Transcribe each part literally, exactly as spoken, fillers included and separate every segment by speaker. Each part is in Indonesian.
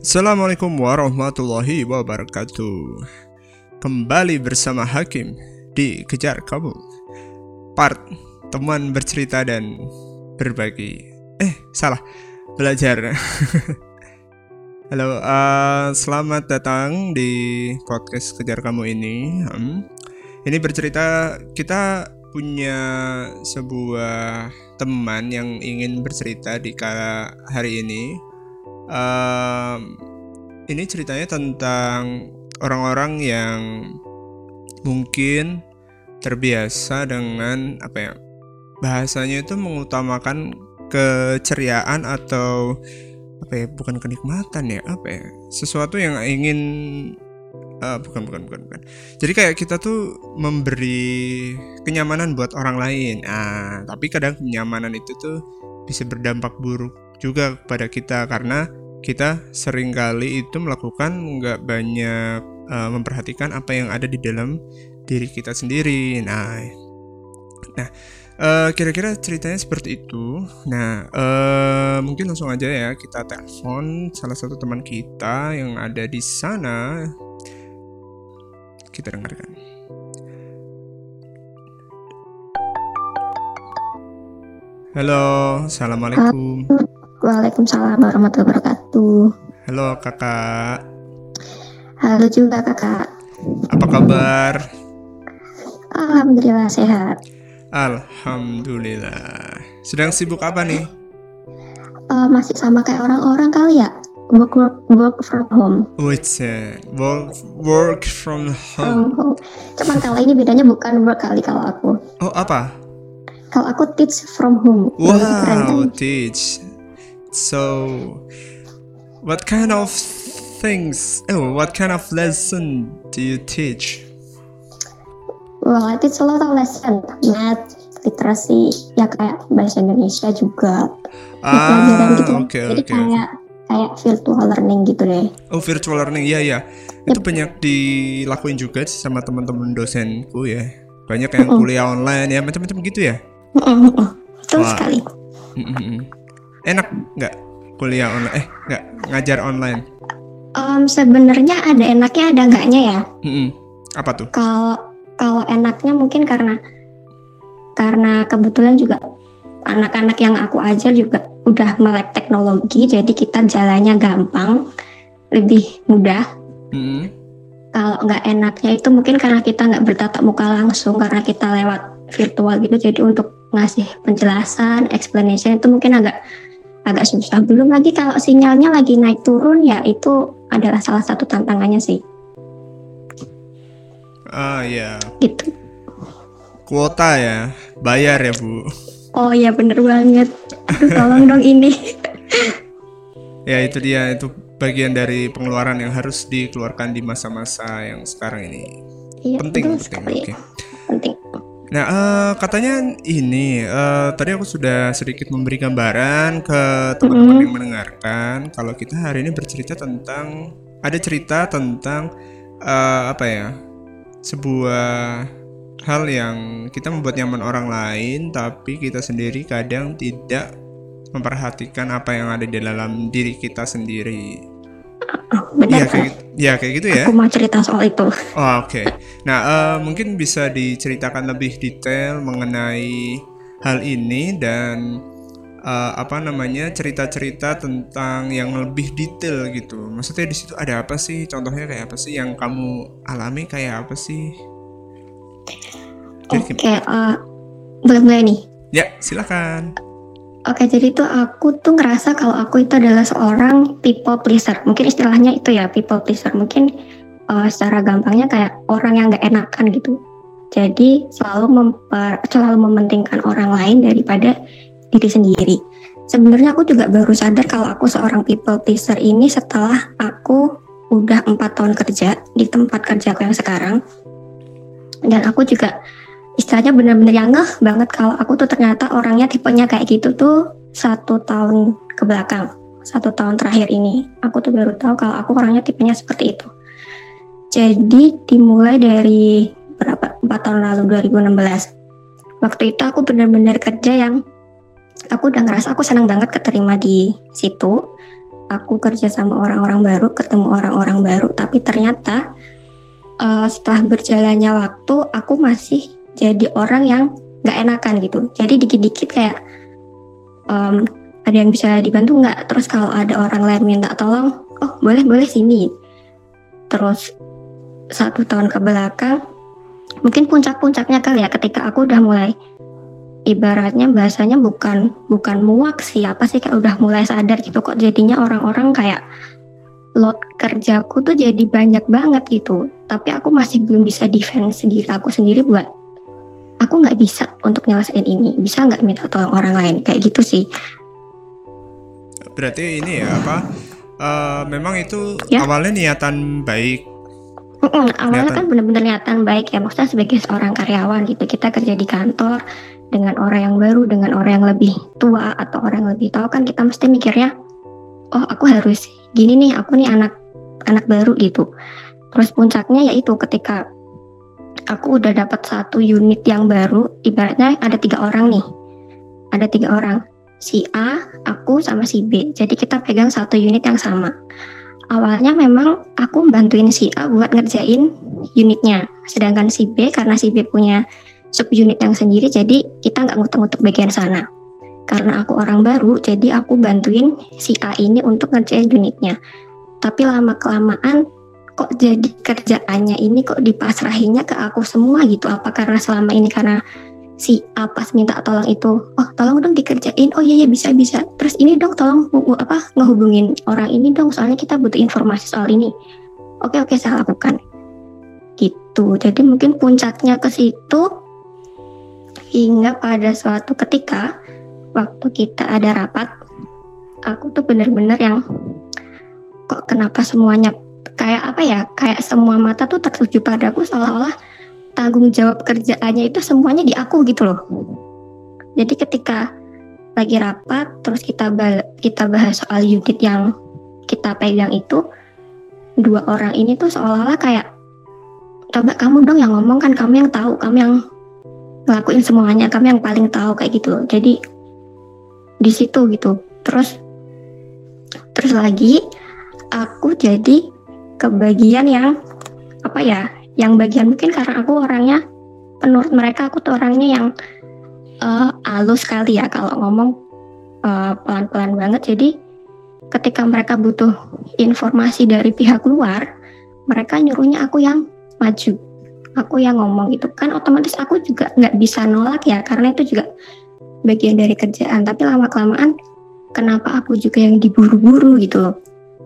Speaker 1: Assalamualaikum warahmatullahi wabarakatuh. Kembali bersama Hakim di Kejar Kabul, part teman bercerita dan berbagi. Eh, salah, belajar. Halo, uh, selamat datang di podcast Kejar Kamu ini. Hmm. Ini bercerita, kita punya sebuah teman yang ingin bercerita di kala hari ini. Um, ini ceritanya tentang orang-orang yang mungkin terbiasa dengan apa ya, bahasanya itu mengutamakan keceriaan atau apa ya, bukan kenikmatan ya, apa ya, sesuatu yang ingin uh, bukan bukan bukan bukan. Jadi kayak kita tuh memberi kenyamanan buat orang lain. Ah, tapi kadang kenyamanan itu tuh bisa berdampak buruk juga kepada kita karena kita seringkali itu melakukan nggak banyak uh, memperhatikan apa yang ada di dalam diri kita sendiri. Nah, nah uh, kira-kira ceritanya seperti itu. Nah, uh, mungkin langsung aja ya kita telepon salah satu teman kita yang ada di sana. Kita dengarkan. Halo, assalamualaikum.
Speaker 2: Waalaikumsalam warahmatullahi wabarakatuh.
Speaker 1: Halo kakak.
Speaker 2: Halo juga kakak.
Speaker 1: Apa kabar?
Speaker 2: Alhamdulillah sehat.
Speaker 1: Alhamdulillah. Sedang sibuk apa nih?
Speaker 2: Uh, masih sama kayak orang-orang kali ya. Work work work from home.
Speaker 1: What's it? Work work from home.
Speaker 2: From home. Cuman kalau ini bedanya bukan work kali kalau aku.
Speaker 1: Oh apa?
Speaker 2: Kalau aku teach from home.
Speaker 1: Wow,
Speaker 2: keren, kan?
Speaker 1: teach. So, what kind of things? Oh, what kind of lesson do you teach?
Speaker 2: Well, I teach a lot of lesson. Math, literasi, ya kayak bahasa Indonesia juga.
Speaker 1: Ah,
Speaker 2: gitu.
Speaker 1: oke
Speaker 2: Jadi
Speaker 1: oke.
Speaker 2: kayak kayak virtual learning gitu deh.
Speaker 1: Oh, virtual learning, iya ya. Itu banyak dilakuin juga sama teman-teman dosenku ya. Banyak yang kuliah online ya, macam-macam gitu ya.
Speaker 2: Betul
Speaker 1: Wah.
Speaker 2: sekali.
Speaker 1: Mm-mm. Enak nggak kuliah online? Eh, nggak ngajar online?
Speaker 2: Um, sebenarnya ada enaknya ada enggaknya ya.
Speaker 1: Mm-mm. Apa tuh?
Speaker 2: Kalau kalau enaknya mungkin karena karena kebetulan juga anak-anak yang aku ajar juga udah melek teknologi, jadi kita jalannya gampang, lebih mudah.
Speaker 1: Mm-mm.
Speaker 2: Kalau nggak enaknya itu mungkin karena kita nggak bertatap muka langsung, karena kita lewat virtual gitu, jadi untuk ngasih penjelasan, explanation itu mungkin agak agak susah. Belum lagi kalau sinyalnya lagi naik turun, ya itu adalah salah satu tantangannya sih.
Speaker 1: Ah ya.
Speaker 2: Gitu.
Speaker 1: Kuota ya, bayar ya Bu.
Speaker 2: Oh iya bener banget. Aduh, tolong dong ini.
Speaker 1: Ya itu dia, itu bagian dari pengeluaran yang harus dikeluarkan di masa-masa yang sekarang ini.
Speaker 2: Iya,
Speaker 1: Penting,
Speaker 2: betul
Speaker 1: penting.
Speaker 2: sekali.
Speaker 1: Oke.
Speaker 2: Penting.
Speaker 1: Nah, uh, katanya ini uh, tadi aku sudah sedikit memberi gambaran ke teman-teman
Speaker 2: Mm-hmm.
Speaker 1: yang mendengarkan kalau kita hari ini bercerita tentang ada cerita tentang uh, apa ya, sebuah hal yang kita membuat nyaman orang lain tapi kita sendiri kadang tidak memperhatikan apa yang ada di dalam diri kita sendiri.
Speaker 2: Oh, benar.
Speaker 1: Iya kayak, ya kayak gitu ya.
Speaker 2: Aku mau cerita soal itu.
Speaker 1: Oh, oke. Okay. Nah, uh, mungkin bisa diceritakan lebih detail mengenai hal ini dan uh, apa namanya cerita-cerita tentang yang lebih detail gitu. Maksudnya di situ ada apa sih? Contohnya kayak apa sih yang kamu alami, kayak apa sih?
Speaker 2: Oke, okay, uh, boleh-boleh nih.
Speaker 1: Ya, silakan.
Speaker 2: Oke, jadi tuh aku tuh ngerasa kalau aku itu adalah seorang people pleaser. Mungkin istilahnya itu ya, people pleaser. Mungkin uh, secara gampangnya kayak orang yang gak enakan gitu. Jadi selalu memper, selalu mementingkan orang lain daripada diri sendiri. Sebenarnya aku juga baru sadar kalau aku seorang people pleaser ini setelah aku udah empat tahun kerja di tempat kerja aku yang sekarang. Dan aku juga istilahnya benar-benar yang ngeh banget kalau aku tuh ternyata orangnya tipenya kayak gitu tuh satu tahun ke belakang, satu tahun terakhir ini aku tuh baru tahu kalau aku orangnya tipenya seperti itu. Jadi dimulai dari berapa empat tahun lalu, dua ribu enam belas. Waktu itu aku benar-benar kerja yang aku udah ngerasa aku senang banget keterima di situ. aku kerja sama orang-orang baru, ketemu orang-orang baru, tapi ternyata uh, setelah berjalannya waktu aku masih jadi orang yang nggak enakan gitu. Jadi dikit-dikit kayak um, ada yang bisa dibantu nggak? Terus kalau ada orang lain minta tolong, oh boleh boleh sini. Terus satu tahun ke belakang, mungkin puncak-puncaknya kali ya ketika aku udah mulai, ibaratnya bahasanya bukan bukan muak sih, apa sih kayak udah mulai sadar gitu kok jadinya orang-orang kayak load kerjaku tuh jadi banyak banget gitu. Tapi aku masih belum bisa defense diri aku sendiri buat aku nggak bisa untuk nyelesain ini, bisa nggak minta tolong orang lain kayak gitu sih.
Speaker 1: Berarti ini ya apa? Uh, memang itu
Speaker 2: ya?
Speaker 1: Awalnya niatan baik.
Speaker 2: Mm-mm, awalnya niatan. Kan benar-benar niatan baik ya, maksudnya sebagai seorang karyawan gitu, kita kerja di kantor dengan orang yang baru, dengan orang yang lebih tua atau orang yang lebih tahu kan kita mesti mikirnya, oh aku harus gini nih, aku nih anak anak baru gitu. Terus puncaknya yaitu ketika aku udah dapat satu unit yang baru, ibaratnya ada tiga orang nih, ada tiga orang. Si A, aku sama si B. Jadi kita pegang satu unit yang sama. Awalnya memang aku bantuin si A buat ngerjain unitnya. Sedangkan si B, karena si B punya sub unit yang sendiri, jadi kita nggak ngutuk-ngutuk bagian sana. Karena aku orang baru, jadi aku bantuin si A ini untuk ngerjain unitnya. Tapi lama-kelamaan, kok jadi kerjaannya ini kok dipasrahinnya ke aku semua gitu. Apa karena selama ini karena si A pas minta tolong itu, oh tolong dong dikerjain, oh iya iya bisa bisa, terus ini dong tolong apa ngehubungin orang ini dong, soalnya kita butuh informasi soal ini. Oke oke saya lakukan gitu. Jadi mungkin puncaknya ke situ hingga pada suatu ketika waktu kita ada rapat, aku tuh bener-bener yang kok kenapa semuanya kayak apa ya, kayak semua mata tuh tertuju padaku, seolah-olah tanggung jawab kerjaannya itu semuanya di aku gitu loh. Jadi ketika lagi rapat terus kita bal- kita bahas soal unit yang kita pegang itu, dua orang ini tuh seolah-olah kayak, coba kamu dong yang ngomong, kan kamu yang tahu, kamu yang ngelakuin semuanya, kamu yang paling tahu kayak gitu loh. Jadi di situ gitu. Terus terus lagi aku jadi kebagian yang apa ya? Yang bagian mungkin karena aku orangnya, menurut mereka aku tuh orangnya yang uh, halus sekali ya kalau ngomong, uh, pelan-pelan banget. Jadi ketika mereka butuh informasi dari pihak luar, mereka nyuruhnya aku yang maju, aku yang ngomong gitu kan, otomatis aku juga nggak bisa nolak ya, karena itu juga bagian dari kerjaan. Tapi lama-kelamaan kenapa aku juga yang diburu-buru gitu loh.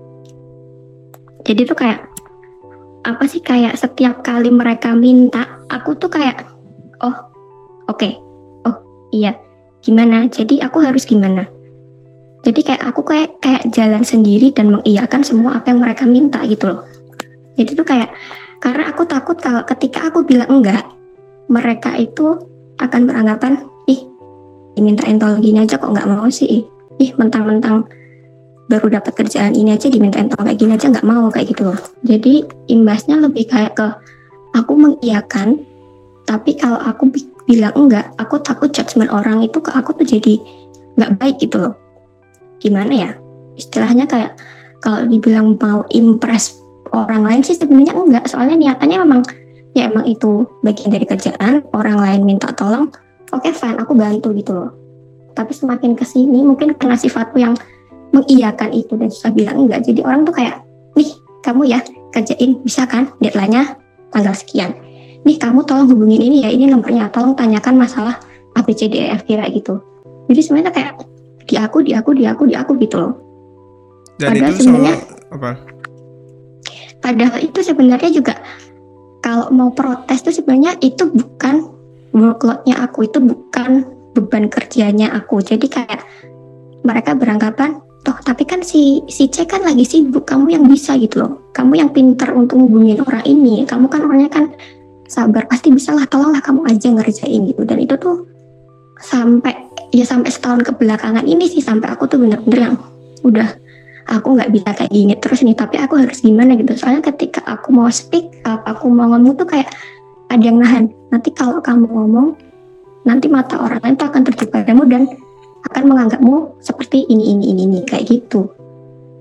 Speaker 2: Jadi tuh kayak apa sih, kayak setiap kali mereka minta, aku tuh kayak, oh oke, okay. oh iya, gimana? Jadi aku harus gimana? Jadi kayak aku kayak kayak jalan sendiri dan mengiyakan semua apa yang mereka minta gitu loh. Jadi tuh kayak, karena aku takut kalau ketika aku bilang enggak, mereka itu akan beranggapan, ih dimintain tolong gini aja kok nggak mau sih, ih mentang-mentang baru dapat kerjaan ini aja dimintain tolong kayak gini aja nggak mau, kayak gitu loh. Jadi imbasnya lebih kayak ke aku mengiyakan, tapi kalau aku bi- bilang enggak, aku takut judgement orang itu ke aku tuh jadi nggak baik gitu loh. Gimana ya istilahnya, kayak kalau dibilang mau impress orang lain sih sebenarnya enggak, soalnya niatannya memang ya emang itu bagian dari kerjaan, orang lain minta tolong, oke okay, fine aku bantu gitu loh. Tapi semakin kesini mungkin karena sifatku yang mengiyakan itu dan susah bilang enggak, jadi orang tuh kayak, nih kamu ya kerjain, bisa kan, deadline-nya tanggal sekian, nih kamu tolong hubungin ini ya, ini nomornya, tolong tanyakan masalah A B C D E F kira gitu. Jadi sebenarnya kayak di aku di aku di aku di aku gitu loh.
Speaker 1: Dan
Speaker 2: padahal
Speaker 1: itu
Speaker 2: sebenarnya
Speaker 1: soal apa?
Speaker 2: Padahal itu sebenarnya juga kalau mau protes tuh sebenarnya itu bukan workload-nya aku, itu bukan beban kerjanya aku. Jadi kayak mereka beranggapan, toh tapi kan si si C kan lagi sibuk, kamu yang bisa gitu loh, kamu yang pintar untuk hubungin orang ini, kamu kan orangnya kan sabar, pasti bisa lah, tolonglah kamu aja ngerjain gitu. Dan itu tuh sampai ya sampai setahun kebelakangan ini sih, sampai aku tuh bener-bener yang udah aku nggak bisa kayak gini terus nih, tapi aku harus gimana gitu. Soalnya ketika aku mau speak up, aku mau ngomong tuh kayak ada yang nahan, nanti kalau kamu ngomong nanti mata orang lain tuh akan tertuju padamu dan akan menganggapmu seperti ini ini ini ini kayak gitu.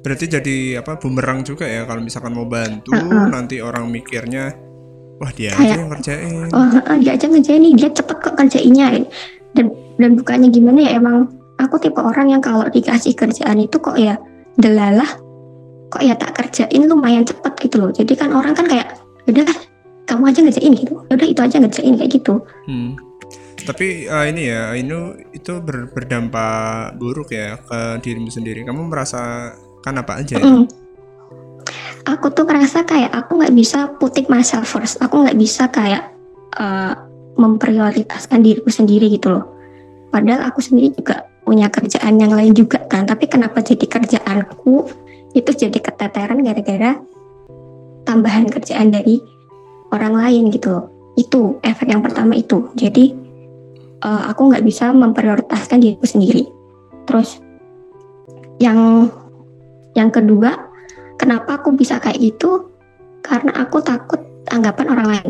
Speaker 1: berarti jadi apa bumerang juga ya kalau misalkan mau bantu
Speaker 2: Uh-uh.
Speaker 1: nanti orang mikirnya wah dia aja
Speaker 2: Kayak
Speaker 1: yang ngerjain.
Speaker 2: oh uh, dia aja ngerjain nih, dia cepet kok kerjainnya. Dan dan bukannya gimana ya, emang aku tipe orang yang kalau dikasih kerjaan itu kok ya delalah, kok ya tak kerjain lumayan cepet gitu loh. Jadi kan orang kan kayak udah kamu aja ngerjain gitu, udah itu aja ngerjain kayak gitu.
Speaker 1: Hmm. Tapi uh, ini ya, Ainu itu ber- berdampak buruk ya ke dirimu sendiri. Kamu merasakan apa aja itu?
Speaker 2: Mm. Aku tuh ngerasa kayak aku nggak bisa putting myself first. Aku nggak bisa kayak uh, memprioritaskan diriku sendiri gitu loh. Padahal aku sendiri juga punya kerjaan yang lain juga kan. Tapi kenapa jadi kerjaanku itu jadi keteteran gara-gara tambahan kerjaan dari orang lain gitu loh. Itu efek yang pertama itu. Jadi Uh, aku nggak bisa memprioritaskan diriku sendiri. Terus yang yang kedua, kenapa aku bisa kayak gitu? Karena aku takut anggapan orang lain.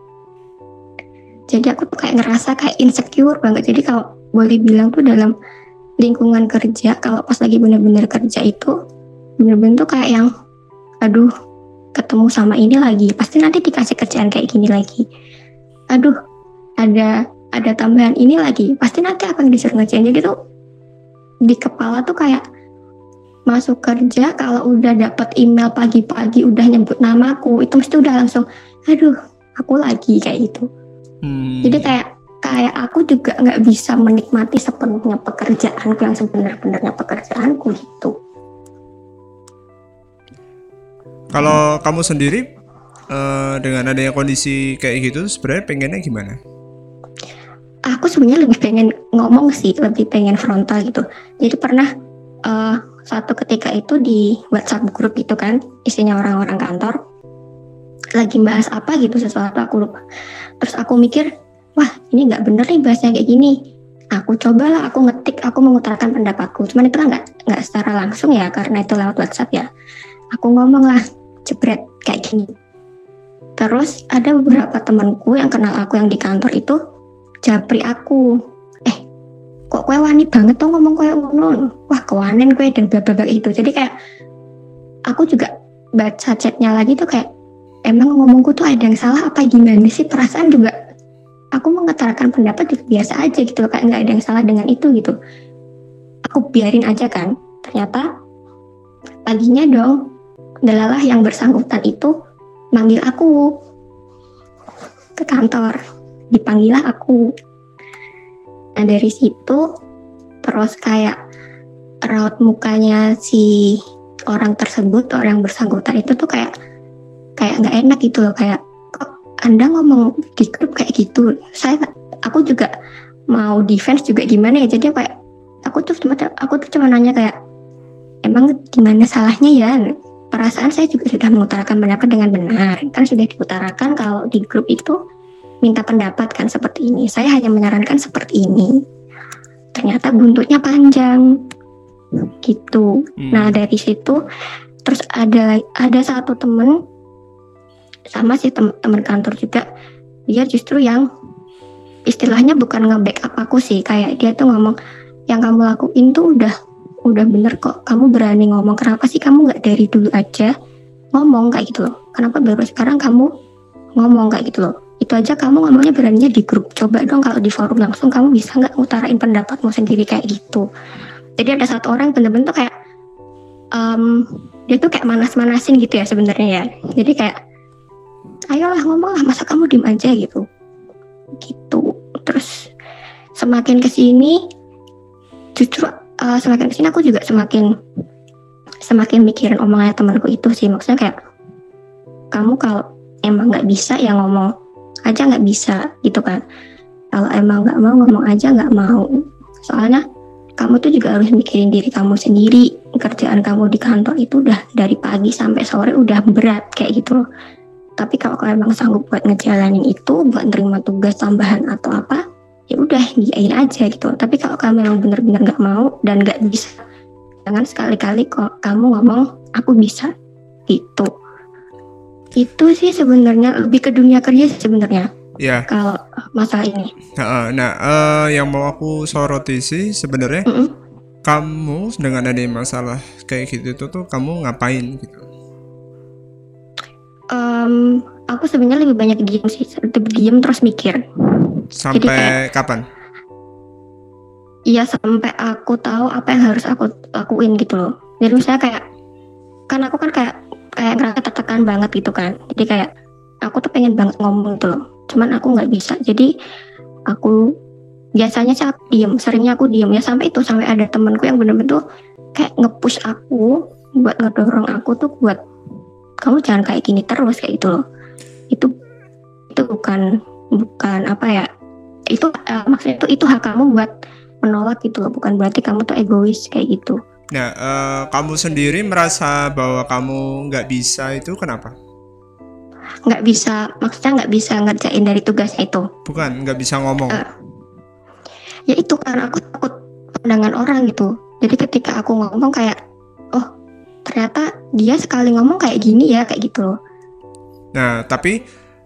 Speaker 2: Jadi aku tuh kayak ngerasa kayak insecure banget. Jadi kalau boleh bilang tuh dalam lingkungan kerja, kalau pas lagi bener-bener kerja itu bener-bener tuh kayak yang aduh ketemu sama ini lagi, pasti nanti dikasih kerjaan kayak gini lagi. Aduh ada ada tambahan ini lagi, pasti nanti akan disuruh ngerjain. Jadi tuh di kepala tuh kayak masuk kerja kalau udah dapat email pagi-pagi udah nyebut namaku, itu mesti udah langsung aduh aku lagi kayak gitu. Hmm. Jadi kayak kayak aku juga nggak bisa menikmati sepenuhnya pekerjaanku yang sebenarnya pekerjaanku gitu.
Speaker 1: Kalau kamu sendiri uh, dengan adanya kondisi kayak gitu sebenarnya pengennya gimana?
Speaker 2: Aku sebenarnya lebih pengen ngomong sih, lebih pengen frontal gitu. Jadi pernah uh, satu ketika itu di WhatsApp grup gitu kan, isinya orang-orang kantor lagi bahas apa gitu, sesuatu aku lupa. Terus aku mikir, wah ini nggak bener nih bahasnya kayak gini. Aku cobalah, aku ngetik, aku mengutarakan pendapatku. Cuman itu kan nggak nggak secara langsung ya, karena itu lewat WhatsApp ya. Aku ngomong lah, jebret kayak gini. Terus ada beberapa temanku yang kenal aku yang di kantor itu japri aku, eh kok kue wani banget tuh ngomong kue ngono, wah kewanen kue dan bla bla bla itu. Jadi kayak aku juga baca chatnya lagi tuh kayak emang ngomongku tuh ada yang salah apa gimana sih, perasaan juga aku mengutarakan pendapat juga biasa aja gitu loh, kayak nggak ada yang salah dengan itu gitu. Aku biarin aja kan. Ternyata paginya dong delalah yang bersangkutan itu manggil aku ke kantor. Dipanggillah aku. Nah dari situ terus kayak raut mukanya si orang tersebut, orang yang bersangkutan itu tuh kayak kayak nggak enak gitu loh, kayak kok Anda ngomong di grup kayak gitu. Saya aku juga mau defense juga gimana ya, jadi kayak aku tuh cuma aku tuh cuma nanya kayak emang gimana salahnya ya, perasaan saya juga sudah mengutarakan pendapat dengan benar, kan sudah diutarakan kalau di grup itu minta pendapat kan seperti ini, saya hanya menyarankan seperti ini, ternyata buntutnya panjang gitu. hmm. Nah dari situ terus ada ada satu temen sama si tem- teman kantor juga, dia justru yang istilahnya bukan nge-backup aku sih, kayak dia tuh ngomong yang kamu lakuin tuh udah udah bener kok, kamu berani ngomong, kenapa sih kamu nggak dari dulu aja ngomong kayak gitu loh, kenapa baru sekarang kamu ngomong kayak gitu loh. Itu aja kamu ngomongnya beraninya di grup, coba dong kalau di forum langsung kamu bisa nggak ngutarain pendapatmu sendiri kayak gitu. Jadi ada satu orang bener-bener tuh kayak um, dia tuh kayak manas-manasin gitu ya sebenarnya ya. Jadi kayak ayolah ngomong lah, masa kamu diem aja gitu gitu. Terus semakin kesini justru uh, semakin kesini aku juga semakin semakin mikirin omongannya temanku itu sih. Maksudnya kayak kamu kalau emang nggak bisa ya ngomong aja nggak bisa gitu kan. Kalau emang nggak mau ngomong aja nggak mau. Soalnya kamu tuh juga harus mikirin diri kamu sendiri. Kerjaan kamu di kantor itu udah dari pagi sampai sore udah berat kayak gitu loh. Tapi kalau kamu emang sanggup buat ngejalanin itu, buat nerima tugas tambahan atau apa, ya udah diain aja gitu. Tapi kalau kamu emang bener-bener nggak mau dan nggak bisa, jangan sekali-kali kok kamu ngomong aku bisa gitu. Itu sih sebenarnya lebih ke dunia kerja sebenarnya.
Speaker 1: Ya.
Speaker 2: Kalau masalah ini.
Speaker 1: Nah, uh, yang mau aku soroti sih sebenarnya, kamu dengan ada masalah kayak gitu tuh, tuh kamu ngapain gitu?
Speaker 2: Um, aku sebenarnya lebih banyak diem sih, lebih diem terus mikir.
Speaker 1: Sampai
Speaker 2: Jadi kayak,
Speaker 1: kapan?
Speaker 2: Iya sampai aku tahu apa yang harus aku lakuin gitu loh. Jadi misalnya kayak, kan aku kan kayak kayak ngerasa tertekan banget gitu kan. Jadi kayak aku tuh pengen banget ngomong gitu loh. Cuman aku nggak bisa. Jadi aku biasanya sih aku diem, seringnya aku diem ya sampai itu sampai ada temanku yang bener-bener kayak nge-push aku buat ngedorong aku tuh buat kamu jangan kayak gini terus kayak gitu loh. Itu itu bukan bukan apa ya? Itu uh, maksudnya itu itu hak kamu buat menolak gitu loh, bukan berarti kamu tuh egois kayak gitu.
Speaker 1: Nah, uh, kamu sendiri merasa bahwa kamu nggak bisa itu kenapa?
Speaker 2: Nggak bisa, maksudnya nggak bisa ngerjain dari tugasnya itu.
Speaker 1: Bukan, nggak bisa ngomong.
Speaker 2: Uh, ya itu karena aku takut pandangan orang gitu. Jadi ketika aku ngomong kayak, oh ternyata dia sekali ngomong kayak gini ya, kayak gitu loh.
Speaker 1: Nah, tapi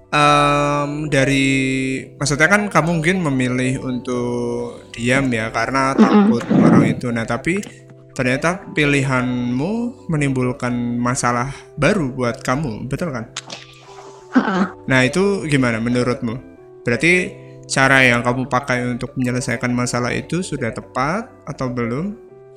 Speaker 1: um, dari, maksudnya kan kamu mungkin memilih untuk diam ya, karena takut Mm-mm. orang itu. Nah, tapi ternyata pilihanmu menimbulkan masalah baru buat kamu, betul kan?
Speaker 2: Uh-uh.
Speaker 1: Nah, itu gimana menurutmu? Berarti cara yang kamu pakai untuk menyelesaikan masalah itu sudah tepat atau belum?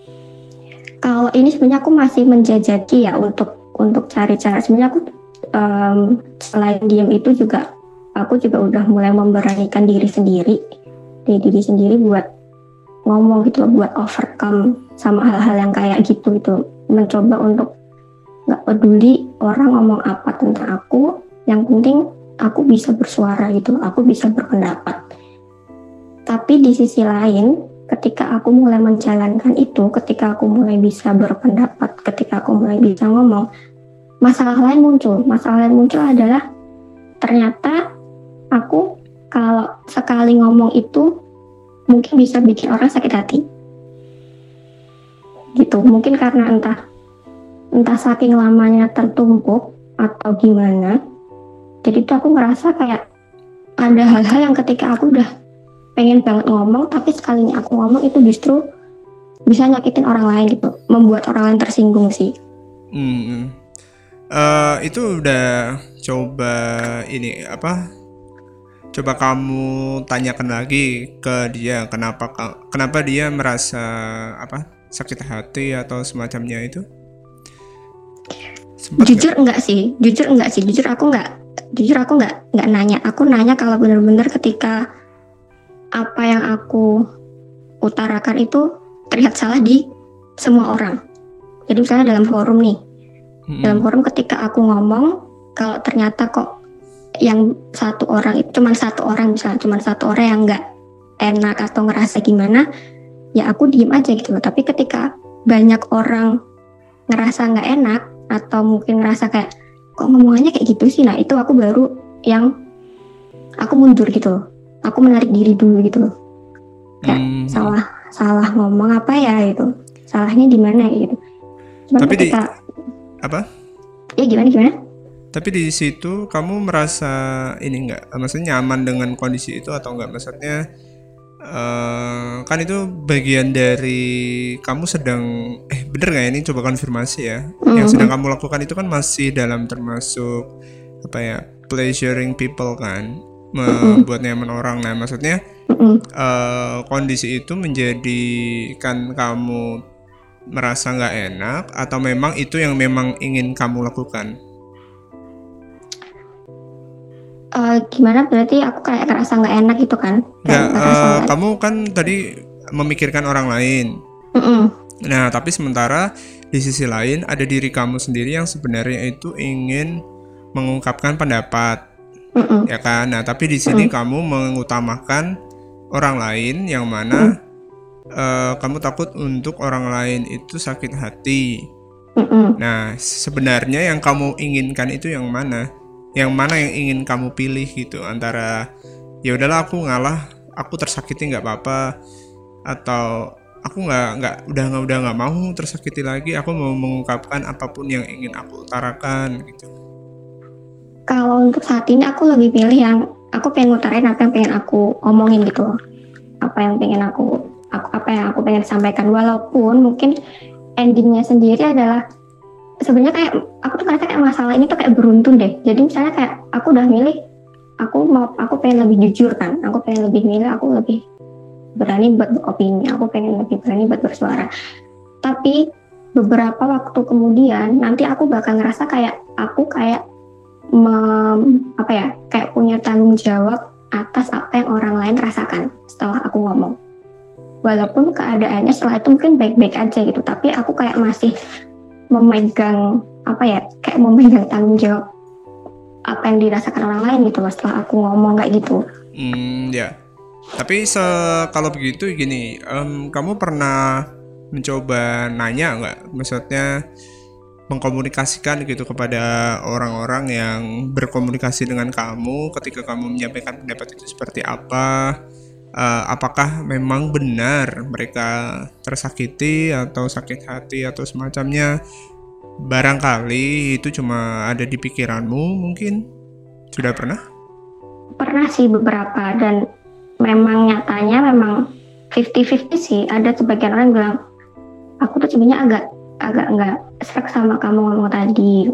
Speaker 2: Kalau ini sebenarnya aku masih menjajaki ya untuk untuk cari cara. Sebenarnya aku um, selain diam itu juga aku juga udah mulai memberanikan diri sendiri, di diri sendiri buat ngomong gitu loh, buat overcome sama hal-hal yang kayak gitu itu. Mencoba untuk nggak peduli orang ngomong apa tentang aku, yang penting aku bisa bersuara gitu, aku bisa berpendapat. Tapi di sisi lain, ketika aku mulai menjalankan itu, ketika aku mulai bisa berpendapat, ketika aku mulai bisa ngomong, masalah lain muncul. Masalah lain muncul adalah ternyata aku kalau sekali ngomong itu mungkin bisa bikin orang sakit hati. Gitu, mungkin karena entah entah saking lamanya tertumpuk atau gimana. Jadi tuh aku ngerasa kayak ada hal-hal yang ketika aku udah pengen banget ngomong, tapi sekalinya aku ngomong itu justru bisa nyakitin orang lain gitu, membuat orang lain tersinggung sih.
Speaker 1: Hmm, uh, itu udah coba ini apa? Coba kamu tanyakan lagi ke dia kenapa kenapa dia merasa apa sakit hati atau semacamnya itu?
Speaker 2: Sempet jujur gak? enggak sih, jujur enggak sih, jujur aku enggak, jujur aku enggak enggak nanya. Aku nanya kalau benar-benar ketika apa yang aku utarakan itu terlihat salah di semua orang. Jadi misalnya dalam forum nih, hmm. dalam forum ketika aku ngomong, kalau ternyata kok yang satu orang itu cuma satu orang misalnya, cuma satu orang yang nggak enak atau ngerasa gimana, ya aku diem aja gitu loh. Tapi ketika banyak orang ngerasa nggak enak atau mungkin ngerasa kayak kok ngomongannya kayak gitu sih, nah itu aku baru yang aku mundur gitu loh. Aku menarik diri dulu gitu loh. Kayak hmm. salah salah ngomong apa ya gitu. Salahnya di mana gitu. Cuman
Speaker 1: tapi
Speaker 2: ketika
Speaker 1: di, apa?
Speaker 2: Ya gimana gimana?
Speaker 1: Tapi di situ kamu merasa ini enggak? Maksudnya nyaman dengan kondisi itu atau enggak? Maksudnya uh, kan itu bagian dari kamu sedang eh bener nggak ya ini? Coba konfirmasi ya. Mm-hmm. Yang sedang kamu lakukan itu kan masih dalam termasuk apa ya? Pleasuring people kan? Membuat nyaman orang. Nah maksudnya uh, kondisi itu menjadikan kamu merasa nggak enak atau memang itu yang memang ingin kamu lakukan?
Speaker 2: Uh, gimana berarti aku kayak ngerasa nggak enak gitu kan?
Speaker 1: Nggak, uh, kamu kan tadi memikirkan orang lain.
Speaker 2: Mm-mm.
Speaker 1: Nah tapi sementara di sisi lain ada diri kamu sendiri yang sebenarnya itu ingin mengungkapkan pendapat. Mm-mm. Ya kan, nah tapi di sini Mm-mm. kamu mengutamakan orang lain yang mana uh, kamu takut untuk orang lain itu sakit hati. Mm-mm. Nah sebenarnya yang kamu inginkan itu yang mana? Yang mana yang ingin kamu pilih gitu antara ya udahlah aku ngalah, aku tersakiti nggak apa-apa, atau aku nggak nggak udah nggak udah nggak mau tersakiti lagi, aku mau mengungkapkan apapun yang ingin aku utarakan gitu.
Speaker 2: Kalau untuk saat ini aku lebih pilih yang aku pengen ngutarain apa yang pengen aku omongin gitu loh. Apa yang pengen aku aku, apa yang aku pengen sampaikan, walaupun mungkin endingnya sendiri adalah sebenarnya kayak aku tuh ngerasa kayak masalah ini tuh kayak beruntun deh. Jadi misalnya kayak aku udah milih, aku mau aku pengen lebih jujur kan, aku pengen lebih milih, aku lebih berani buat beropini, aku pengen lebih berani buat bersuara. Tapi beberapa waktu kemudian nanti aku bakal ngerasa kayak aku kayak mem, apa ya kayak punya tanggung jawab atas apa yang orang lain rasakan setelah aku ngomong. Walaupun keadaannya setelah itu mungkin baik-baik aja gitu, tapi aku kayak masih memegang apa ya kayak memegang tanggung jawab apa yang dirasakan orang lain gitu loh setelah aku ngomong kayak gitu.
Speaker 1: Hmm, ya. Tapi se kalau begitu gini, um, kamu pernah mencoba nanya nggak? Maksudnya mengkomunikasikan gitu kepada orang-orang yang berkomunikasi dengan kamu ketika kamu menyampaikan pendapat itu seperti apa? Uh, apakah memang benar mereka tersakiti atau sakit hati atau semacamnya? Barangkali itu cuma ada di pikiranmu mungkin? Sudah pernah?
Speaker 2: Pernah sih beberapa, dan memang nyatanya memang fifty-fifty sih. Ada sebagian orang bilang aku tuh sebenarnya agak agak enggak serak sama kamu ngomong tadi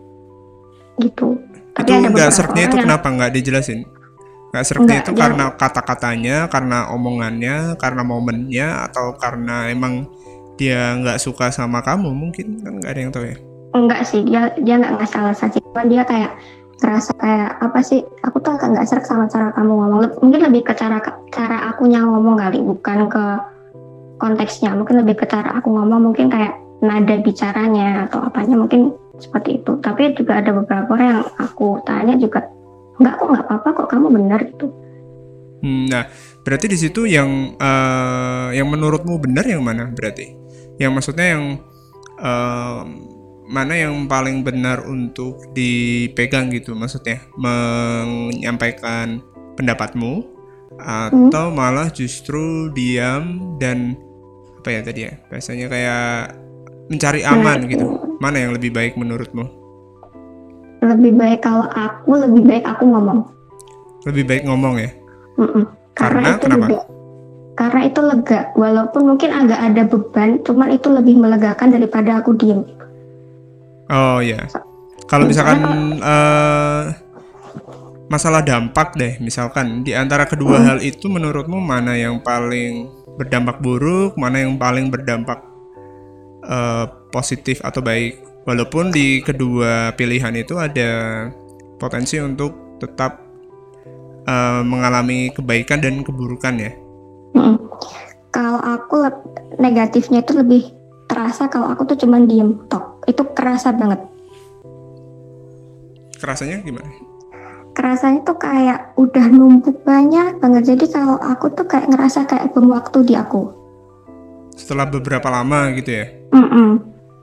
Speaker 2: gitu. Tapi
Speaker 1: itu
Speaker 2: ada
Speaker 1: nggak seraknya itu
Speaker 2: yang...
Speaker 1: kenapa nggak dijelasin? Nggak seraknya itu dia... karena kata-katanya, karena omongannya, karena momennya, atau karena emang dia nggak suka sama kamu? Mungkin kan nggak ada yang tahu ya.
Speaker 2: Enggak sih, dia dia nggak ngasih alasan sih, cuman dia kayak ngerasa kayak apa sih, aku tuh agak nggak serak sama cara kamu ngomong. Mungkin lebih ke cara cara akunya ngomong kali, bukan ke konteksnya. Mungkin lebih ke cara aku ngomong, mungkin kayak nada bicaranya atau apanya, mungkin seperti itu. Tapi juga ada beberapa orang yang aku tanya juga, enggak kok, nggak apa-apa kok, kamu benar gitu.
Speaker 1: Hmm, nah, berarti di situ yang uh, yang menurutmu benar yang mana berarti? Yang maksudnya yang uh, mana yang paling benar untuk dipegang gitu, maksudnya menyampaikan pendapatmu atau hmm. malah justru diam dan apa ya tadi ya biasanya kayak mencari aman gitu? Mana yang lebih baik menurutmu?
Speaker 2: Lebih baik kalau aku lebih baik aku ngomong. Lebih
Speaker 1: baik ngomong ya?
Speaker 2: Mm-mm. Karena, karena itu kenapa? Juga, karena itu lega, walaupun mungkin agak ada beban, cuman itu lebih melegakan daripada aku diem.
Speaker 1: Oh ya, kalau misalkan uh, masalah dampak deh, misalkan di antara kedua hmm. hal itu menurutmu mana yang paling berdampak buruk, mana yang paling berdampak uh, positif atau baik? Walaupun di kedua pilihan itu ada potensi untuk tetap uh, mengalami kebaikan dan keburukan ya.
Speaker 2: Hmm. Kalau aku negatifnya itu lebih terasa kalau aku tuh cuman diem tok, itu kerasa banget.
Speaker 1: Kerasanya gimana?
Speaker 2: Kerasanya tuh kayak udah numpuk banyak banget, jadi kalau aku tuh kayak ngerasa kayak bom waktu di aku.
Speaker 1: Setelah beberapa lama gitu ya?
Speaker 2: Mm-mm.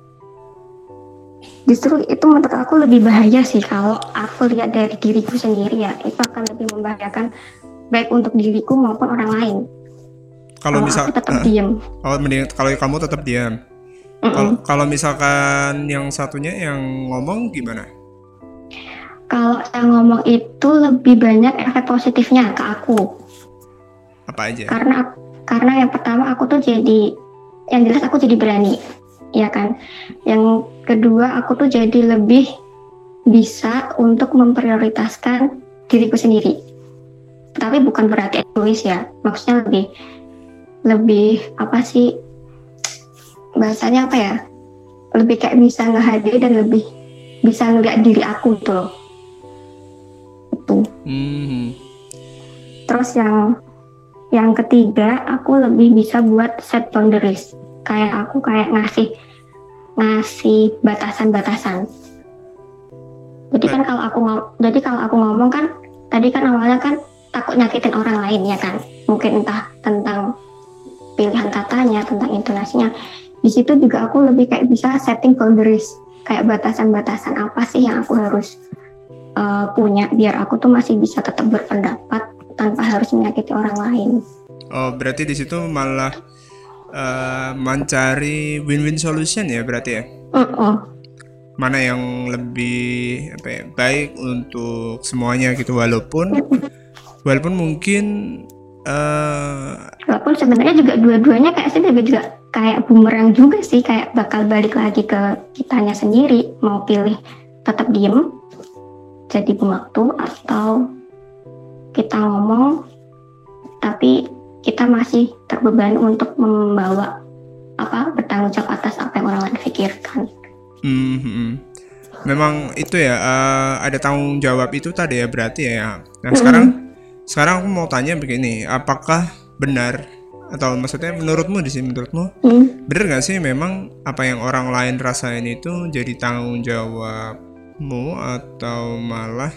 Speaker 2: Justru itu menurut aku lebih bahaya sih kalau aku lihat dari diriku sendiri ya, itu akan lebih membahayakan baik untuk diriku maupun orang lain.
Speaker 1: Kalau misal,
Speaker 2: aku tetap uh, diem.
Speaker 1: Oh, mending kalau kamu tetap diam. Kalau kalau misalkan yang satunya yang ngomong gimana?
Speaker 2: Kalau yang ngomong itu lebih banyak efek positifnya ke aku.
Speaker 1: Apa aja?
Speaker 2: Karena karena yang pertama aku tuh jadi, yang jelas aku jadi berani, ya kan. Yang kedua aku tuh jadi lebih bisa untuk memprioritaskan diriku sendiri. Tapi bukan berarti egois ya. Maksudnya lebih lebih apa sih? Bahasanya apa ya, lebih kayak bisa ngehargai dan lebih bisa ngeliat diri aku gitu loh itu. Mm-hmm. Terus yang yang ketiga aku lebih bisa buat set boundaries, kayak aku kayak ngasih ngasih batasan-batasan. Jadi kan kalau aku ngom- jadi kalau aku ngomong kan tadi kan awalnya kan takut nyakitin orang lain ya kan, mungkin entah tentang pilihan katanya, tentang intonasinya. Di situ juga aku lebih kayak bisa setting boundaries, kayak batasan-batasan apa sih yang aku harus uh, punya biar aku tuh masih bisa tetap berpendapat tanpa harus menyakiti orang lain.
Speaker 1: Oh, berarti di situ malah uh, mencari win-win solution ya berarti ya? Uh-uh. Mana yang lebih apa ya, baik untuk semuanya gitu, walaupun uh-uh. walaupun mungkin uh,
Speaker 2: Walaupun sebenarnya juga dua-duanya kayak sih juga kayak bumerang juga sih, kayak bakal balik lagi ke kitanya sendiri, mau pilih tetap diem jadi bom waktu atau kita ngomong tapi kita masih terbebani untuk membawa apa bertanggung jawab atas apa yang orang lain pikirkan.
Speaker 1: Hmm, memang itu ya, uh, ada tanggung jawab itu tadi ya berarti ya. Nah
Speaker 2: Mm-mm.
Speaker 1: sekarang sekarang aku mau tanya begini, apakah benar atau maksudnya menurutmu di sini menurutmu
Speaker 2: Mm.
Speaker 1: benar nggak sih memang apa yang orang lain rasain itu jadi tanggung jawabmu atau malah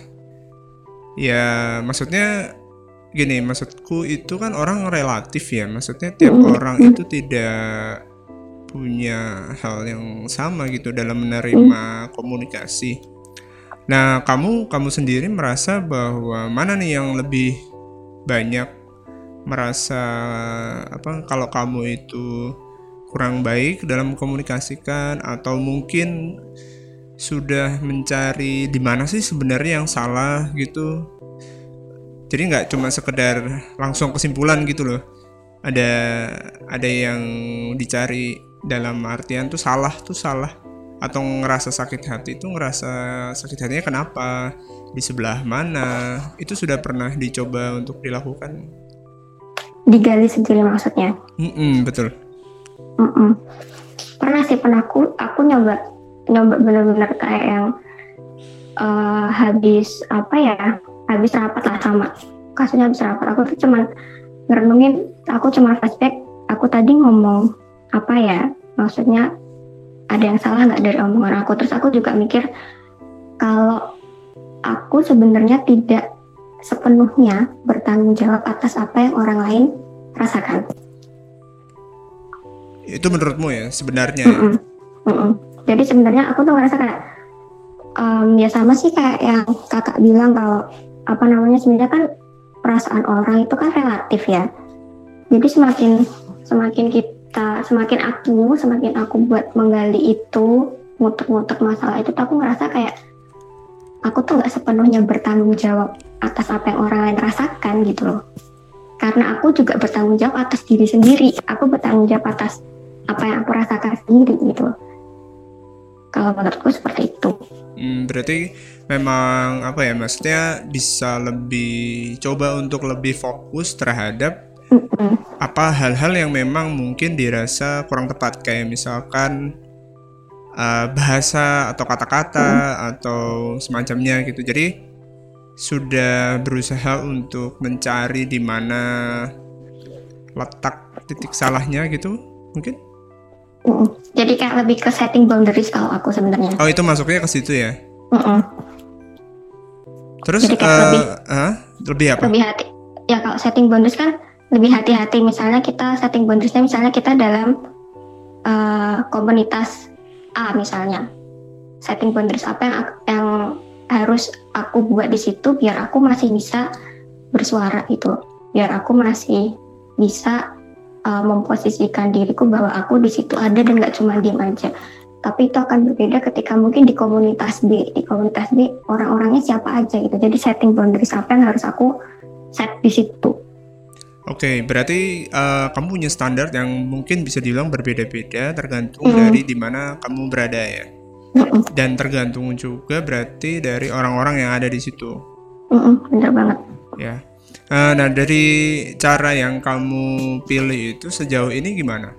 Speaker 1: ya maksudnya gini, maksudku itu kan orang relatif ya, maksudnya tiap
Speaker 2: Mm.
Speaker 1: orang itu tidak punya hal yang sama gitu dalam menerima komunikasi. Nah kamu kamu sendiri merasa bahwa mana nih yang lebih banyak merasa apa kalau kamu itu kurang baik dalam mengkomunikasikan atau mungkin sudah mencari di mana sih sebenarnya yang salah gitu. Jadi nggak cuma sekedar langsung kesimpulan gitu loh. Ada ada yang dicari dalam artian tuh salah tuh salah atau ngerasa sakit hati itu ngerasa sakit hatinya kenapa, di sebelah mana, itu sudah pernah dicoba untuk dilakukan?
Speaker 2: Digali sendiri maksudnya.
Speaker 1: Mm-mm, betul.
Speaker 2: Mm-mm. Pernah sih, pernah aku aku nyoba nyoba benar-benar kayak yang uh, habis apa ya habis rapat lah sama kasusnya, habis rapat aku tuh cuman ngerenungin, aku cuma flashback aku tadi ngomong apa ya, maksudnya ada yang salah nggak dari omongan aku. Terus aku juga mikir kalau aku sebenarnya tidak sepenuhnya bertanggung jawab atas apa yang orang lain rasakan.
Speaker 1: Itu menurutmu ya sebenarnya?
Speaker 2: Mm-mm. Mm-mm. Jadi sebenarnya aku tuh ngerasa kayak um, ya sama sih kayak yang kakak bilang, kalau apa namanya sebenarnya kan perasaan orang itu kan relatif ya. Jadi semakin semakin kita semakin aku semakin aku buat menggali itu, ngutuk-ngutuk masalah itu, tuh aku ngerasa kayak aku tuh nggak sepenuhnya bertanggung jawab atas apa yang orang lain rasakan gitu loh. Karena aku juga bertanggung jawab atas diri sendiri. Aku bertanggung jawab atas apa yang aku rasakan sendiri gitu loh. Kalau menurutku seperti itu.
Speaker 1: Hmm, berarti memang apa ya, maksudnya bisa lebih coba untuk lebih fokus terhadap
Speaker 2: Mm-mm.
Speaker 1: apa hal-hal yang memang mungkin dirasa kurang tepat, kayak misalkan uh, bahasa atau kata-kata mm. atau semacamnya gitu. Jadi sudah berusaha untuk mencari di mana letak titik salahnya gitu mungkin.
Speaker 2: Mm-mm. Jadi kayak lebih ke setting boundaries kalau aku sebenarnya.
Speaker 1: Oh, itu masuknya ke situ ya.
Speaker 2: Mm-mm.
Speaker 1: Terus uh, lebih, uh, lebih apa?
Speaker 2: Lebih hati. Ya kalau setting boundaries kan lebih hati-hati. Misalnya kita setting boundariesnya, misalnya kita dalam uh, komunitas A misalnya. Setting boundaries apa yang yang harus aku buat di situ biar aku masih bisa bersuara gitu. Biar aku masih bisa uh, memposisikan diriku bahwa aku di situ ada dan nggak cuma diem aja. Tapi itu akan berbeda ketika mungkin di komunitas B. Di komunitas B orang-orangnya siapa aja gitu. Jadi setting boundaries apa yang harus aku set di situ.
Speaker 1: Oke, okay, berarti uh, kamu punya standar yang mungkin bisa dibilang berbeda-beda tergantung mm. dari di mana kamu berada ya. Mm-mm. Dan tergantung juga berarti dari orang-orang yang ada di situ.
Speaker 2: Mm-mm, benar banget.
Speaker 1: Ya. Uh, nah dari cara yang kamu pilih itu sejauh ini gimana?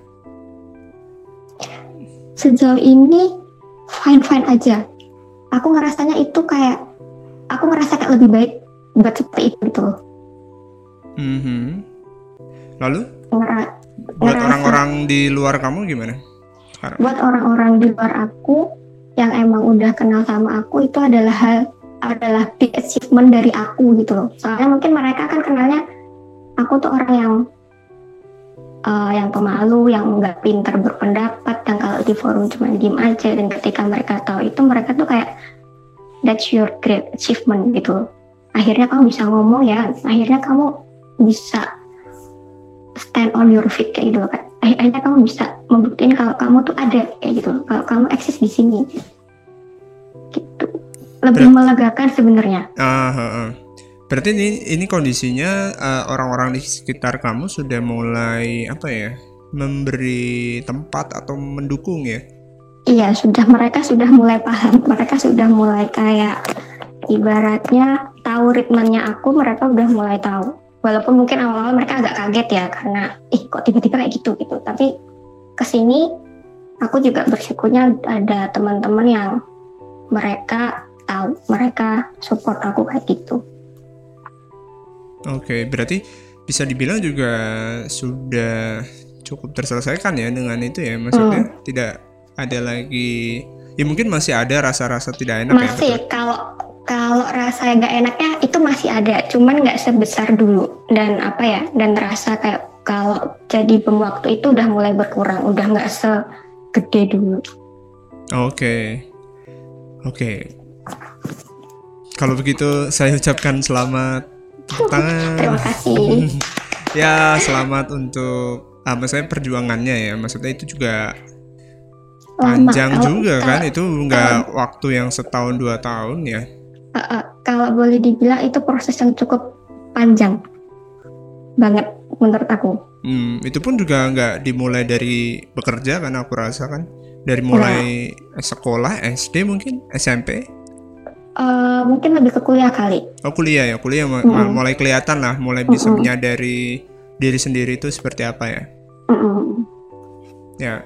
Speaker 2: Sejauh ini fine-fine aja. Aku ngerasanya itu kayak aku ngerasa kayak lebih baik buat seperti itu gitu loh.
Speaker 1: Mm-hmm. Lalu?
Speaker 2: Ngera-
Speaker 1: buat
Speaker 2: ngerasa,
Speaker 1: orang-orang di luar kamu gimana? Sekarang?
Speaker 2: Buat orang-orang di luar aku yang emang udah kenal sama aku, itu adalah hal adalah big achievement dari aku gitu loh. Soalnya mungkin mereka kan kenalnya aku tuh orang yang uh, yang pemalu, yang nggak pintar berpendapat, yang kalau di forum cuma diem aja. Dan ketika mereka tahu itu, mereka tuh kayak that's your great achievement gitu loh. Akhirnya kamu bisa ngomong ya, akhirnya kamu bisa stand on your feet kayak gitu kan. Akhirnya kamu bisa membuktikan kalau kamu tuh ada kayak gitu, kalau kamu eksis di sini gitu. Lebih Ber- melegakan sebenarnya.
Speaker 1: Ah, uh, uh. Berarti ini ini kondisinya uh, orang-orang di sekitar kamu sudah mulai apa ya, memberi tempat atau mendukung ya?
Speaker 2: Iya, sudah mereka sudah mulai paham, mereka sudah mulai kayak ibaratnya tahu ritmenya aku, mereka udah mulai tahu. Walaupun mungkin awal-awal mereka agak kaget ya karena ih kok tiba-tiba kayak gitu gitu. Tapi kesini aku juga bersyukurnya ada teman-teman yang mereka tahu, mereka support aku kayak gitu.
Speaker 1: Oke, berarti bisa dibilang juga sudah cukup terselesaikan ya dengan itu ya, maksudnya hmm. tidak ada lagi, ya mungkin masih ada rasa-rasa tidak enak.
Speaker 2: Masih ya, kalau kalau rasa nggak enaknya itu masih ada, cuman nggak sebesar dulu dan apa ya, dan rasa kayak kalau jadi bom waktu itu udah mulai berkurang, udah nggak segede dulu.
Speaker 1: Oke, oke. Kalau begitu saya ucapkan selamat tangan.
Speaker 2: Terima kasih.
Speaker 1: Ya, selamat untuk ah, maksudnya perjuangannya ya, maksudnya itu juga panjang Lama, juga kalau, kan, itu nggak uh, waktu yang setahun dua tahun ya.
Speaker 2: Uh, uh, kalau boleh dibilang itu proses yang cukup panjang banget menurut aku.
Speaker 1: Hmm, itu pun juga nggak dimulai dari bekerja kan, aku rasa kan, dari mulai nah. sekolah S D mungkin, S M P.
Speaker 2: Uh, mungkin lebih ke kuliah kali.
Speaker 1: Oh kuliah ya, kuliah mm-hmm. mulai kelihatan lah, mulai bisa mm-hmm. menyadari diri sendiri itu seperti apa ya. Mm-hmm. Ya.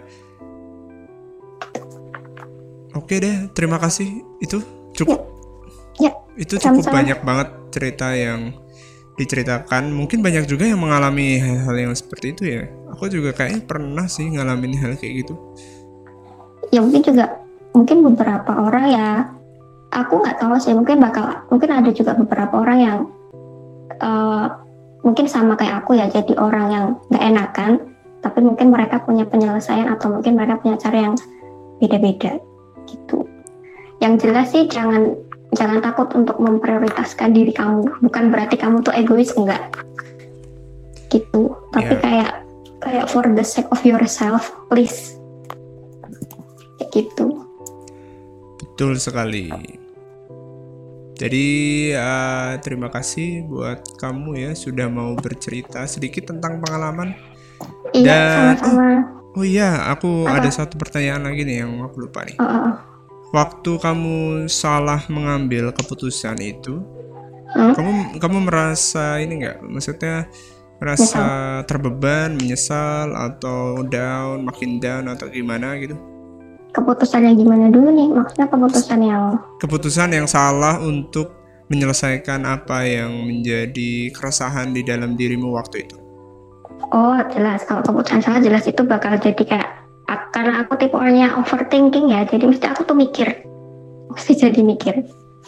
Speaker 1: Oke deh, terima kasih. Itu cukup.
Speaker 2: Ya. Ya.
Speaker 1: Itu cukup sama-sama. Banyak banget cerita yang diceritakan. Mungkin banyak juga yang mengalami hal-hal yang seperti itu ya. Aku juga kayaknya pernah sih ngalamin hal kayak gitu.
Speaker 2: Ya mungkin juga, mungkin beberapa orang ya. Aku nggak tahu sih, mungkin bakal, mungkin ada juga beberapa orang yang uh, mungkin sama kayak aku ya, jadi orang yang nggak enakan, tapi mungkin mereka punya penyelesaian atau mungkin mereka punya cara yang beda-beda gitu. Yang jelas sih jangan jangan takut untuk memprioritaskan diri kamu. Bukan berarti kamu tuh egois, enggak. Gitu. Tapi yeah. kayak kayak for the sake of yourself, please. Kayak gitu.
Speaker 1: Betul sekali. Jadi uh, terima kasih buat kamu ya sudah mau bercerita sedikit tentang pengalaman.
Speaker 2: Iya, dan sama-sama.
Speaker 1: Oh, oh iya, aku Apa? ada satu pertanyaan lagi nih yang aku lupa nih.
Speaker 2: Oh, oh, oh.
Speaker 1: Waktu kamu salah mengambil keputusan itu, hmm? kamu kamu merasa ini nggak? Maksudnya merasa menyesal. terbeban, menyesal atau down, makin down atau gimana gitu?
Speaker 2: Keputusan yang gimana dulu nih? Maksudnya keputusan yang
Speaker 1: keputusan yang salah untuk menyelesaikan apa yang menjadi keresahan di dalam dirimu waktu itu.
Speaker 2: Oh jelas, kalau keputusan salah jelas itu bakal jadi kayak, karena aku tipe orangnya overthinking ya, jadi mesti aku tuh mikir, mesti jadi mikir.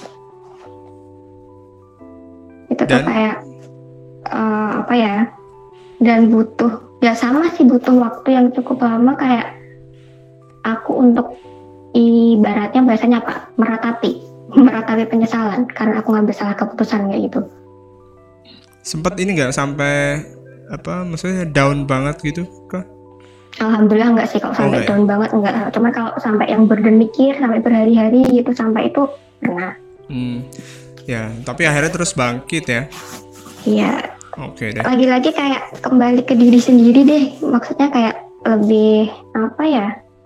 Speaker 2: Itu dan, tuh kayak uh, apa ya? Dan butuh, ya sama sih butuh waktu yang cukup lama kayak aku untuk ibaratnya bahasanya apa? Meratapi, meratapi penyesalan karena aku ngambil salah keputusan kayak gitu.
Speaker 1: Sempet ini nggak sampai apa? Maksudnya down banget gitu, kah?
Speaker 2: Alhamdulillah enggak sih kalau sampai oh, down ya. banget enggak. Cuma kalau sampai yang burden mikir sampai berhari-hari gitu sampai itu pernah.
Speaker 1: Hmm. Ya, tapi akhirnya terus bangkit ya.
Speaker 2: Iya.
Speaker 1: Oke deh.
Speaker 2: Lagi-lagi kayak kembali ke diri sendiri deh. Maksudnya kayak lebih apa ya?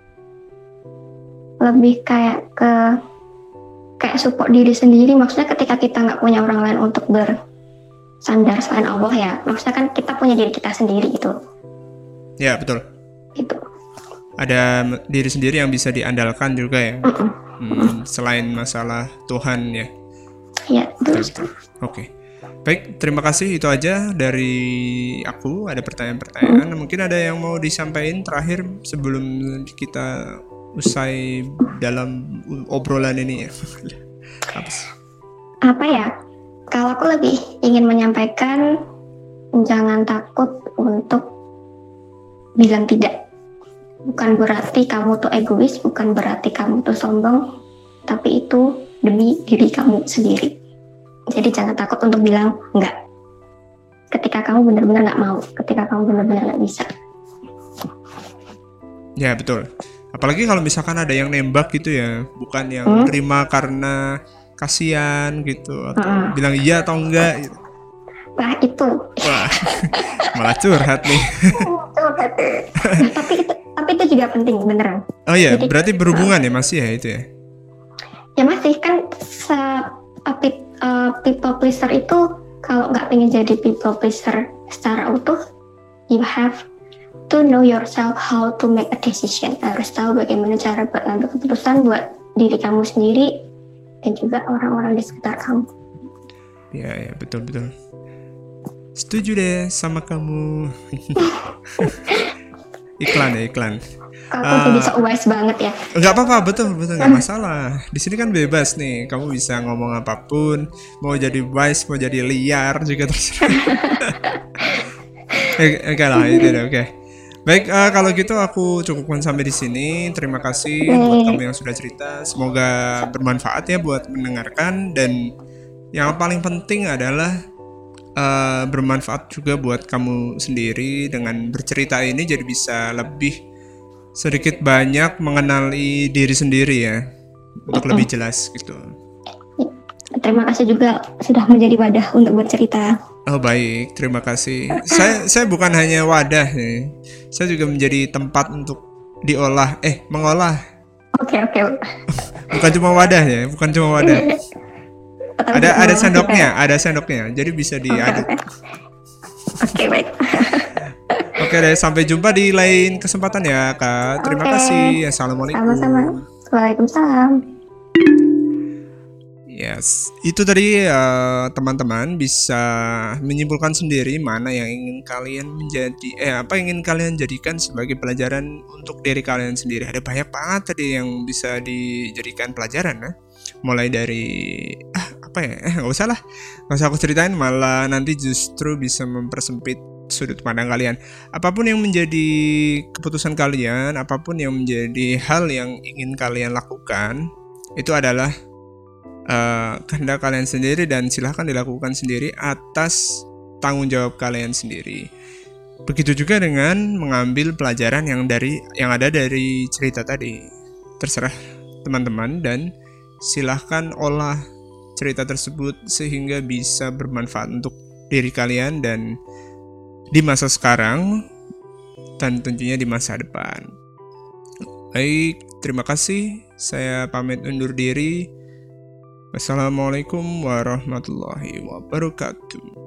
Speaker 2: Lebih kayak ke kayak support diri sendiri. Maksudnya ketika kita nggak punya orang lain untuk bersandar selain Allah ya. Maksudnya kan kita punya diri kita sendiri gitu.
Speaker 1: Ya betul.
Speaker 2: Itu.
Speaker 1: Ada diri sendiri yang bisa diandalkan juga ya. Uh-uh. Hmm, selain masalah Tuhan ya.
Speaker 2: Iya terus.
Speaker 1: Oke. Okay. Baik, terima kasih, itu aja dari aku. Ada pertanyaan-pertanyaan. Hmm. Mungkin ada yang mau disampaikan terakhir sebelum kita usai dalam obrolan ini ya. Apa sih?
Speaker 2: Apa ya? Kalau aku lebih ingin menyampaikan jangan takut untuk bilang tidak. Bukan berarti kamu tuh egois, bukan berarti kamu tuh sombong, tapi itu demi diri kamu sendiri. Jadi jangan takut untuk bilang enggak. Ketika kamu benar-benar nggak mau, ketika kamu benar-benar nggak bisa.
Speaker 1: Ya betul. Apalagi kalau misalkan ada yang nembak gitu ya, bukan yang hmm? terima karena kasihan gitu atau
Speaker 2: Uh-uh.
Speaker 1: bilang iya atau enggak gitu.
Speaker 2: Wah itu.
Speaker 1: Wah, malah curhat nih.
Speaker 2: Coba tuh. Nah, tapi itu tapi itu juga penting beneran.
Speaker 1: Oh iya,
Speaker 2: Jadi,
Speaker 1: berarti berhubungan ya masih ya itu ya.
Speaker 2: Ya masih kan se uh, pe- uh, people pleaser itu kalau nggak pengen jadi people pleaser secara utuh, you have to know yourself how to make a decision. Harus tahu bagaimana cara buat ngambil keputusan buat diri kamu sendiri dan juga orang-orang di sekitar kamu.
Speaker 1: Iya, ya, betul betul. Setuju deh sama kamu. Iklan ya, iklan.
Speaker 2: Aku
Speaker 1: Ah.
Speaker 2: jadi so wise banget ya.
Speaker 1: Enggak apa-apa, betul betul nggak masalah. Di sini kan bebas nih, kamu bisa ngomong apapun, mau jadi wise, mau jadi liar juga terserah. eh, Oke lah, itu deh, oke. Baik, eh, kalau gitu aku cukupkan sampai di sini. Terima kasih buat kamu yang sudah cerita. Semoga bermanfaat ya buat mendengarkan, dan yang paling penting adalah eh, bermanfaat juga buat kamu sendiri. Dengan bercerita ini jadi bisa lebih sedikit banyak mengenali diri sendiri ya, untuk lebih jelas gitu.
Speaker 2: Terima kasih juga sudah menjadi wadah untuk bercerita.
Speaker 1: Oh baik, terima kasih. Saya saya bukan hanya wadah nih, saya juga menjadi tempat untuk diolah, eh mengolah.
Speaker 2: Oke oke.
Speaker 1: Bukan cuma wadah ya, bukan cuma wadah.
Speaker 2: Tapi
Speaker 1: Ada ada
Speaker 2: mau
Speaker 1: sendoknya,
Speaker 2: kita-
Speaker 1: ada sendoknya. Jadi bisa
Speaker 2: Oke
Speaker 1: diaduk.
Speaker 2: oke. Oke baik.
Speaker 1: Oke deh, sampai jumpa di lain kesempatan ya Kak. Terima
Speaker 2: Oke.
Speaker 1: kasih. Assalamualaikum.
Speaker 2: Sama-sama. Waalaikumsalam.
Speaker 1: Yes, itu tadi eh, teman-teman bisa menyimpulkan sendiri mana yang ingin kalian menjadi, eh apa yang ingin kalian jadikan sebagai pelajaran untuk diri kalian sendiri. Ada banyak banget tadi yang bisa dijadikan pelajaran ya. Mulai dari ah apa ya, eh nggak usah lah, nggak usah aku ceritain, malah nanti justru bisa mempersempit sudut pandang kalian. Apapun yang menjadi keputusan kalian, apapun yang menjadi hal yang ingin kalian lakukan, itu adalah Uh, kehendak kalian sendiri dan silahkan dilakukan sendiri atas tanggung jawab kalian sendiri. Begitu juga dengan mengambil pelajaran yang dari yang ada dari cerita tadi. Terserah teman-teman, dan silahkan olah cerita tersebut sehingga bisa bermanfaat untuk diri kalian dan di masa sekarang dan tentunya di masa depan. Baik, terima kasih. Saya pamit undur diri. Wassalamualaikum warahmatullahi wabarakatuh.